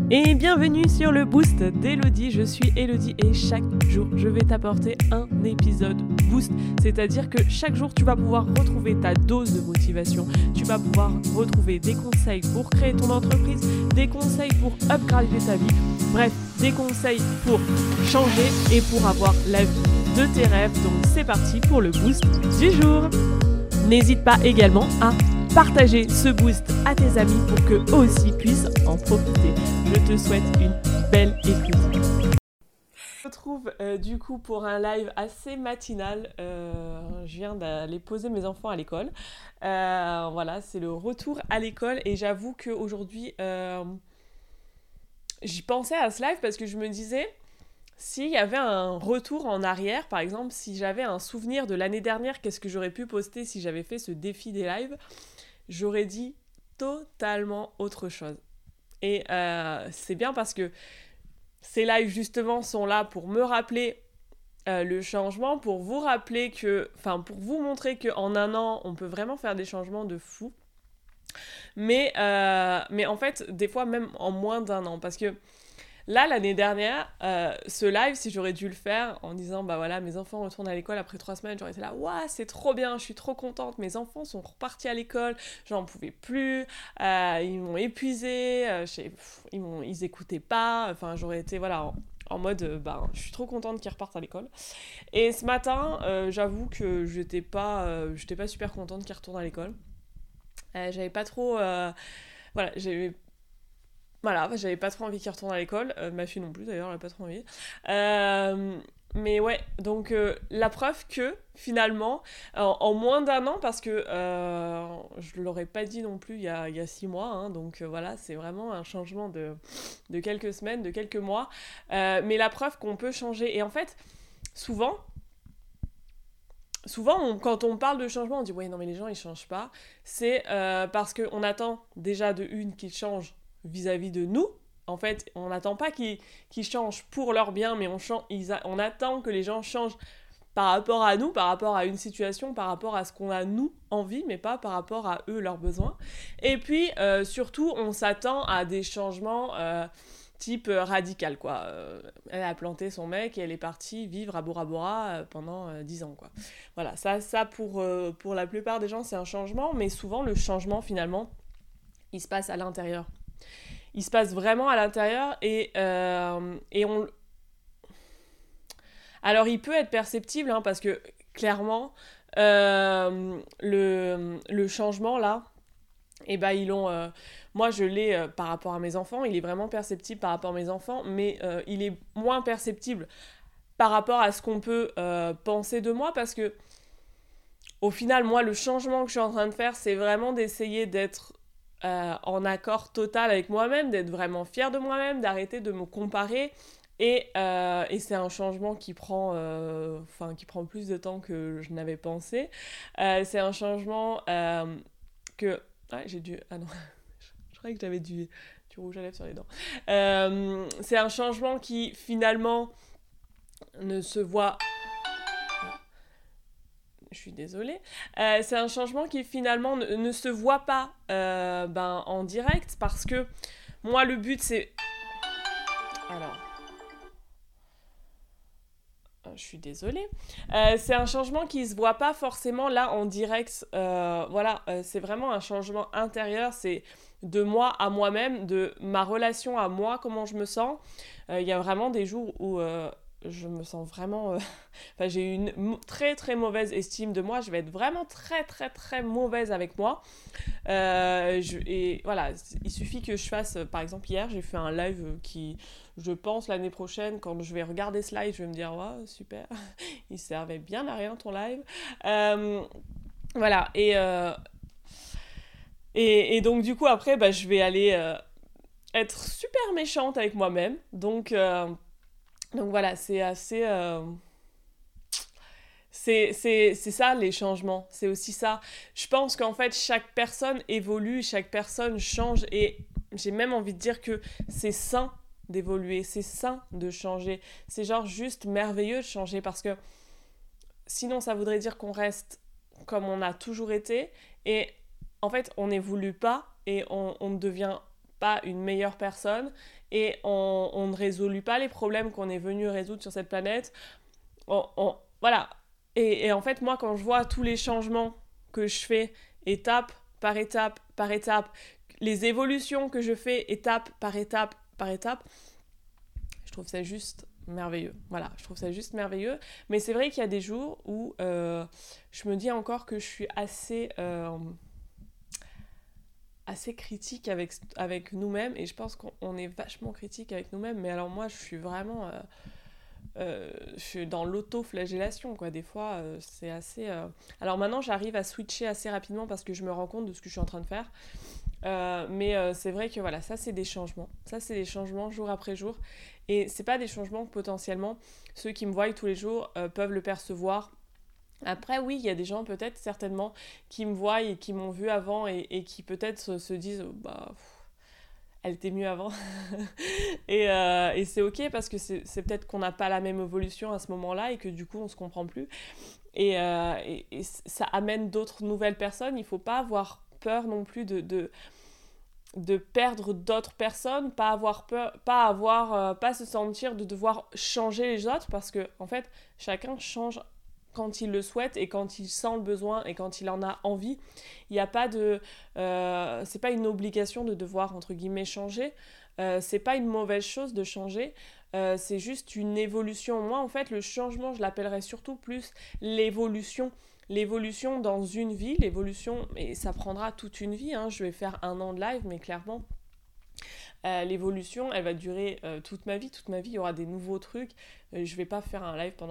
Et bienvenue sur le Boost d'Elodie, je suis Elodie et chaque jour je vais t'apporter un épisode Boost, c'est-à-dire que chaque jour tu vas pouvoir retrouver ta dose de motivation, tu vas pouvoir retrouver des conseils pour créer ton entreprise, des conseils pour upgrader ta vie, bref, des conseils pour changer et pour avoir la vie de tes rêves. Donc c'est parti pour le Boost du jour. N'hésite pas également à partager ce boost à tes amis pour qu'eux aussi puissent en profiter. Je te souhaite une belle écoute. Je me retrouve du coup pour un live assez matinal. Je viens d'aller poser mes enfants à l'école. Voilà, c'est le retour à l'école et j'avoue qu'aujourd'hui, j'y pensais à ce live parce que je me disais, s'il y avait un retour en arrière, par exemple, si j'avais un souvenir de l'année dernière, qu'est-ce que j'aurais pu poster si j'avais fait ce défi des lives ? J'aurais dit totalement autre chose. Et c'est bien parce que ces lives, justement, sont là pour me rappeler le changement, pour vous rappeler pour vous montrer qu'en un an, on peut vraiment faire des changements de fou. Mais en fait, des fois, même en moins d'un an. Parce que là, l'année dernière, ce live, si j'aurais dû le faire en disant, bah voilà, mes enfants retournent à l'école après 3 semaines, j'aurais été là, ouah, c'est trop bien, je suis trop contente, mes enfants sont repartis à l'école, j'en pouvais plus, ils m'ont épuisé, ils écoutaient pas, enfin, j'aurais été, voilà, en mode, je suis trop contente qu'ils repartent à l'école. Et ce matin, j'avoue que j'étais pas super contente qu'ils retournent à l'école. J'avais pas trop... j'avais pas trop envie qu'il retourne à l'école. Ma fille non plus, d'ailleurs, elle a pas trop envie. Mais ouais, donc la preuve que, finalement, en moins d'un an, parce que je l'aurais pas dit non plus il y a 6 mois, hein, donc voilà, c'est vraiment un changement de quelques semaines, de quelques mois. Mais la preuve qu'on peut changer. Et en fait, souvent, quand on parle de changement, on dit « Ouais, non, mais les gens, ils changent pas. » C'est parce qu'on attend déjà de une qu'ils changent vis-à-vis de nous. En fait, on n'attend pas qu'ils changent pour leur bien, mais on attend que les gens changent par rapport à nous, par rapport à une situation, par rapport à ce qu'on a nous envie, mais pas par rapport à eux, leurs besoins. Et puis, surtout, on s'attend à des changements type radical, quoi. Elle a planté son mec et elle est partie vivre à Bora Bora pendant 10 ans, quoi. Voilà, ça pour la plupart des gens, c'est un changement, mais souvent, le changement, finalement, il se passe à l'intérieur. Il se passe vraiment à l'intérieur et on... Alors, il peut être perceptible, hein, parce que, clairement, le changement, là, et ben ils l'ont... moi, je l'ai par rapport à mes enfants, il est vraiment perceptible par rapport à mes enfants, mais il est moins perceptible par rapport à ce qu'on peut penser de moi, parce que, au final, moi, le changement que je suis en train de faire, c'est vraiment d'essayer d'être en accord total avec moi-même, d'être vraiment fière de moi-même, d'arrêter de me comparer. Et c'est un changement qui prend plus de temps que je n'avais pensé. C'est un changement que... Ah, j'ai dû... Ah non, je croyais que j'avais du rouge à lèvres sur les dents. C'est un changement qui, finalement, ne se voit... Je suis désolée. C'est un changement qui, finalement, ne se voit pas en direct, parce que moi, le but, c'est... Alors... Je suis désolée. C'est un changement qui ne se voit pas forcément là en direct. C'est vraiment un changement intérieur. C'est de moi à moi-même, de ma relation à moi, comment je me sens. Il y a vraiment des jours où je me sens vraiment... j'ai une très très mauvaise estime de moi. Je vais être vraiment très très très mauvaise avec moi. Et voilà, il suffit que je fasse... Par exemple, hier, j'ai fait un live qui... Je pense l'année prochaine, quand je vais regarder ce live, je vais me dire « Wow, super, il servait bien à rien ton live. » Voilà, et donc du coup, après, je vais aller être super méchante avec moi-même. Donc voilà, c'est assez... C'est ça, les changements. C'est aussi ça. Je pense qu'en fait, chaque personne évolue, chaque personne change. Et j'ai même envie de dire que c'est sain d'évoluer, c'est sain de changer. C'est genre juste merveilleux de changer, parce que sinon, ça voudrait dire qu'on reste comme on a toujours été. Et en fait, on n'évolue pas et on ne devient pas une meilleure personne et on ne résout pas les problèmes qu'on est venu résoudre sur cette planète. Voilà. Et en fait, moi, quand je vois tous les changements que je fais étape par étape par étape, les évolutions que je fais étape par étape par étape, je trouve ça juste merveilleux. Voilà, je trouve ça juste merveilleux. Mais c'est vrai qu'il y a des jours où je me dis encore que je suis assez critique avec nous-mêmes, et je pense qu'on est vachement critique avec nous-mêmes. Mais alors moi, je suis vraiment... je suis dans l'auto-flagellation, quoi. Des fois, c'est assez... Alors maintenant, j'arrive à switcher assez rapidement parce que je me rends compte de ce que je suis en train de faire. Mais c'est vrai que voilà, ça c'est des changements. Ça c'est des changements jour après jour. Et c'est pas des changements que potentiellement ceux qui me voient tous les jours peuvent le percevoir. Après oui, il y a des gens peut-être certainement qui me voient et qui m'ont vu avant et qui peut-être se disent elle était mieux avant. et c'est ok parce que c'est peut-être qu'on n'a pas la même évolution à ce moment-là et que du coup on se comprend plus. Et ça amène d'autres nouvelles personnes. Il faut pas avoir peur non plus de perdre d'autres personnes, pas avoir peur, pas se sentir de devoir changer les autres, parce que en fait chacun change quand il le souhaite et quand il sent le besoin et quand il en a envie. Il n'y a pas de c'est pas une obligation de devoir entre guillemets changer, c'est pas une mauvaise chose de changer, c'est juste une évolution. Moi en fait le changement je l'appellerais surtout plus l'évolution dans une vie, l'évolution, et ça prendra toute une vie, hein. Je vais faire 1 an de live, mais clairement, l'évolution, elle va durer toute ma vie, il y aura des nouveaux trucs. Je vais pas faire un live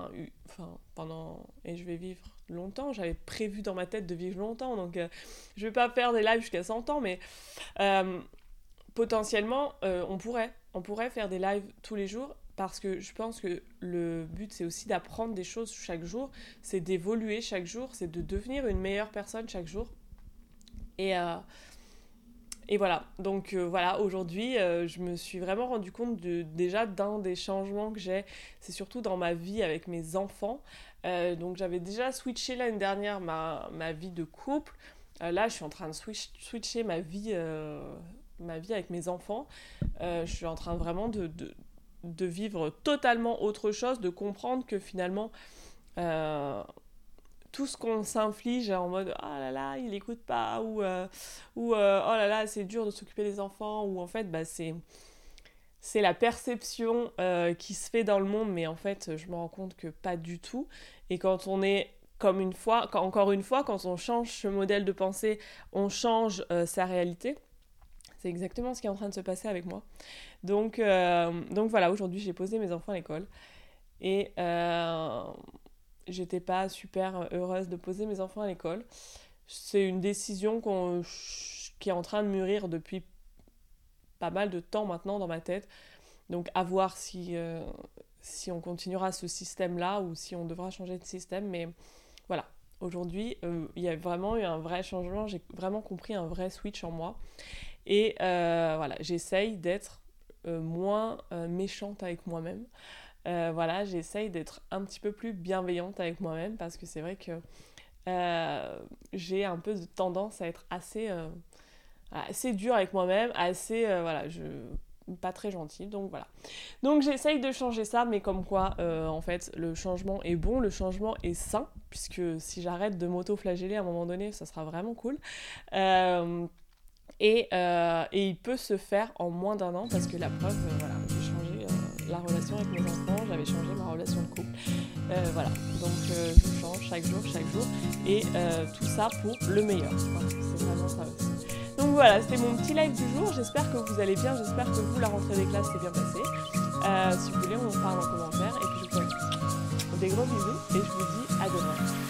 et je vais vivre longtemps. J'avais prévu dans ma tête de vivre longtemps, donc je vais pas faire des lives jusqu'à 100 ans, mais potentiellement, on pourrait faire des lives tous les jours. Parce que je pense que le but, c'est aussi d'apprendre des choses chaque jour, c'est d'évoluer chaque jour, c'est de devenir une meilleure personne chaque jour. Et voilà, donc voilà, aujourd'hui, je me suis vraiment rendu compte déjà d'un des changements que j'ai, c'est surtout dans ma vie avec mes enfants. Donc j'avais déjà switché l'année dernière ma vie de couple. Là, je suis en train de switcher ma vie avec mes enfants. Je suis en train vraiment de vivre totalement autre chose, de comprendre que finalement tout ce qu'on s'inflige en mode oh là là il écoute pas ou oh là là c'est dur de s'occuper des enfants, ou en fait c'est la perception qui se fait dans le monde, mais en fait je me rends compte que pas du tout. Et quand on est encore une fois quand on change ce modèle de pensée, on change sa réalité. C'est exactement ce qui est en train de se passer avec moi. Donc voilà, aujourd'hui j'ai posé mes enfants à l'école et j'étais pas super heureuse de poser mes enfants à l'école. C'est une décision qui est en train de mûrir depuis pas mal de temps maintenant dans ma tête. Donc à voir si on continuera ce système-là ou si on devra changer de système. Mais voilà, aujourd'hui il y a vraiment eu un vrai changement, j'ai vraiment compris un vrai switch en moi. Et voilà, j'essaye d'être moins méchante avec moi-même. Voilà, j'essaye d'être un petit peu plus bienveillante avec moi-même, parce que c'est vrai que j'ai un peu de tendance à être assez dure avec moi-même, pas très gentille, donc voilà. Donc j'essaye de changer ça, mais comme quoi, en fait, le changement est bon, le changement est sain, puisque si j'arrête de m'auto-flageller à un moment donné, ça sera vraiment cool. Et il peut se faire en moins d'1 an, parce que la preuve, voilà, j'ai changé la relation avec mes enfants, j'avais changé ma relation de couple. Voilà, donc je change chaque jour, et tout ça pour le meilleur. Voilà, c'est vraiment ça aussi. Donc voilà, c'était mon petit live du jour, j'espère que vous allez bien, j'espère que vous, la rentrée des classes s'est bien passée. Si vous voulez, on en parle en commentaire, et puis je vous fais des gros bisous, et je vous dis à demain.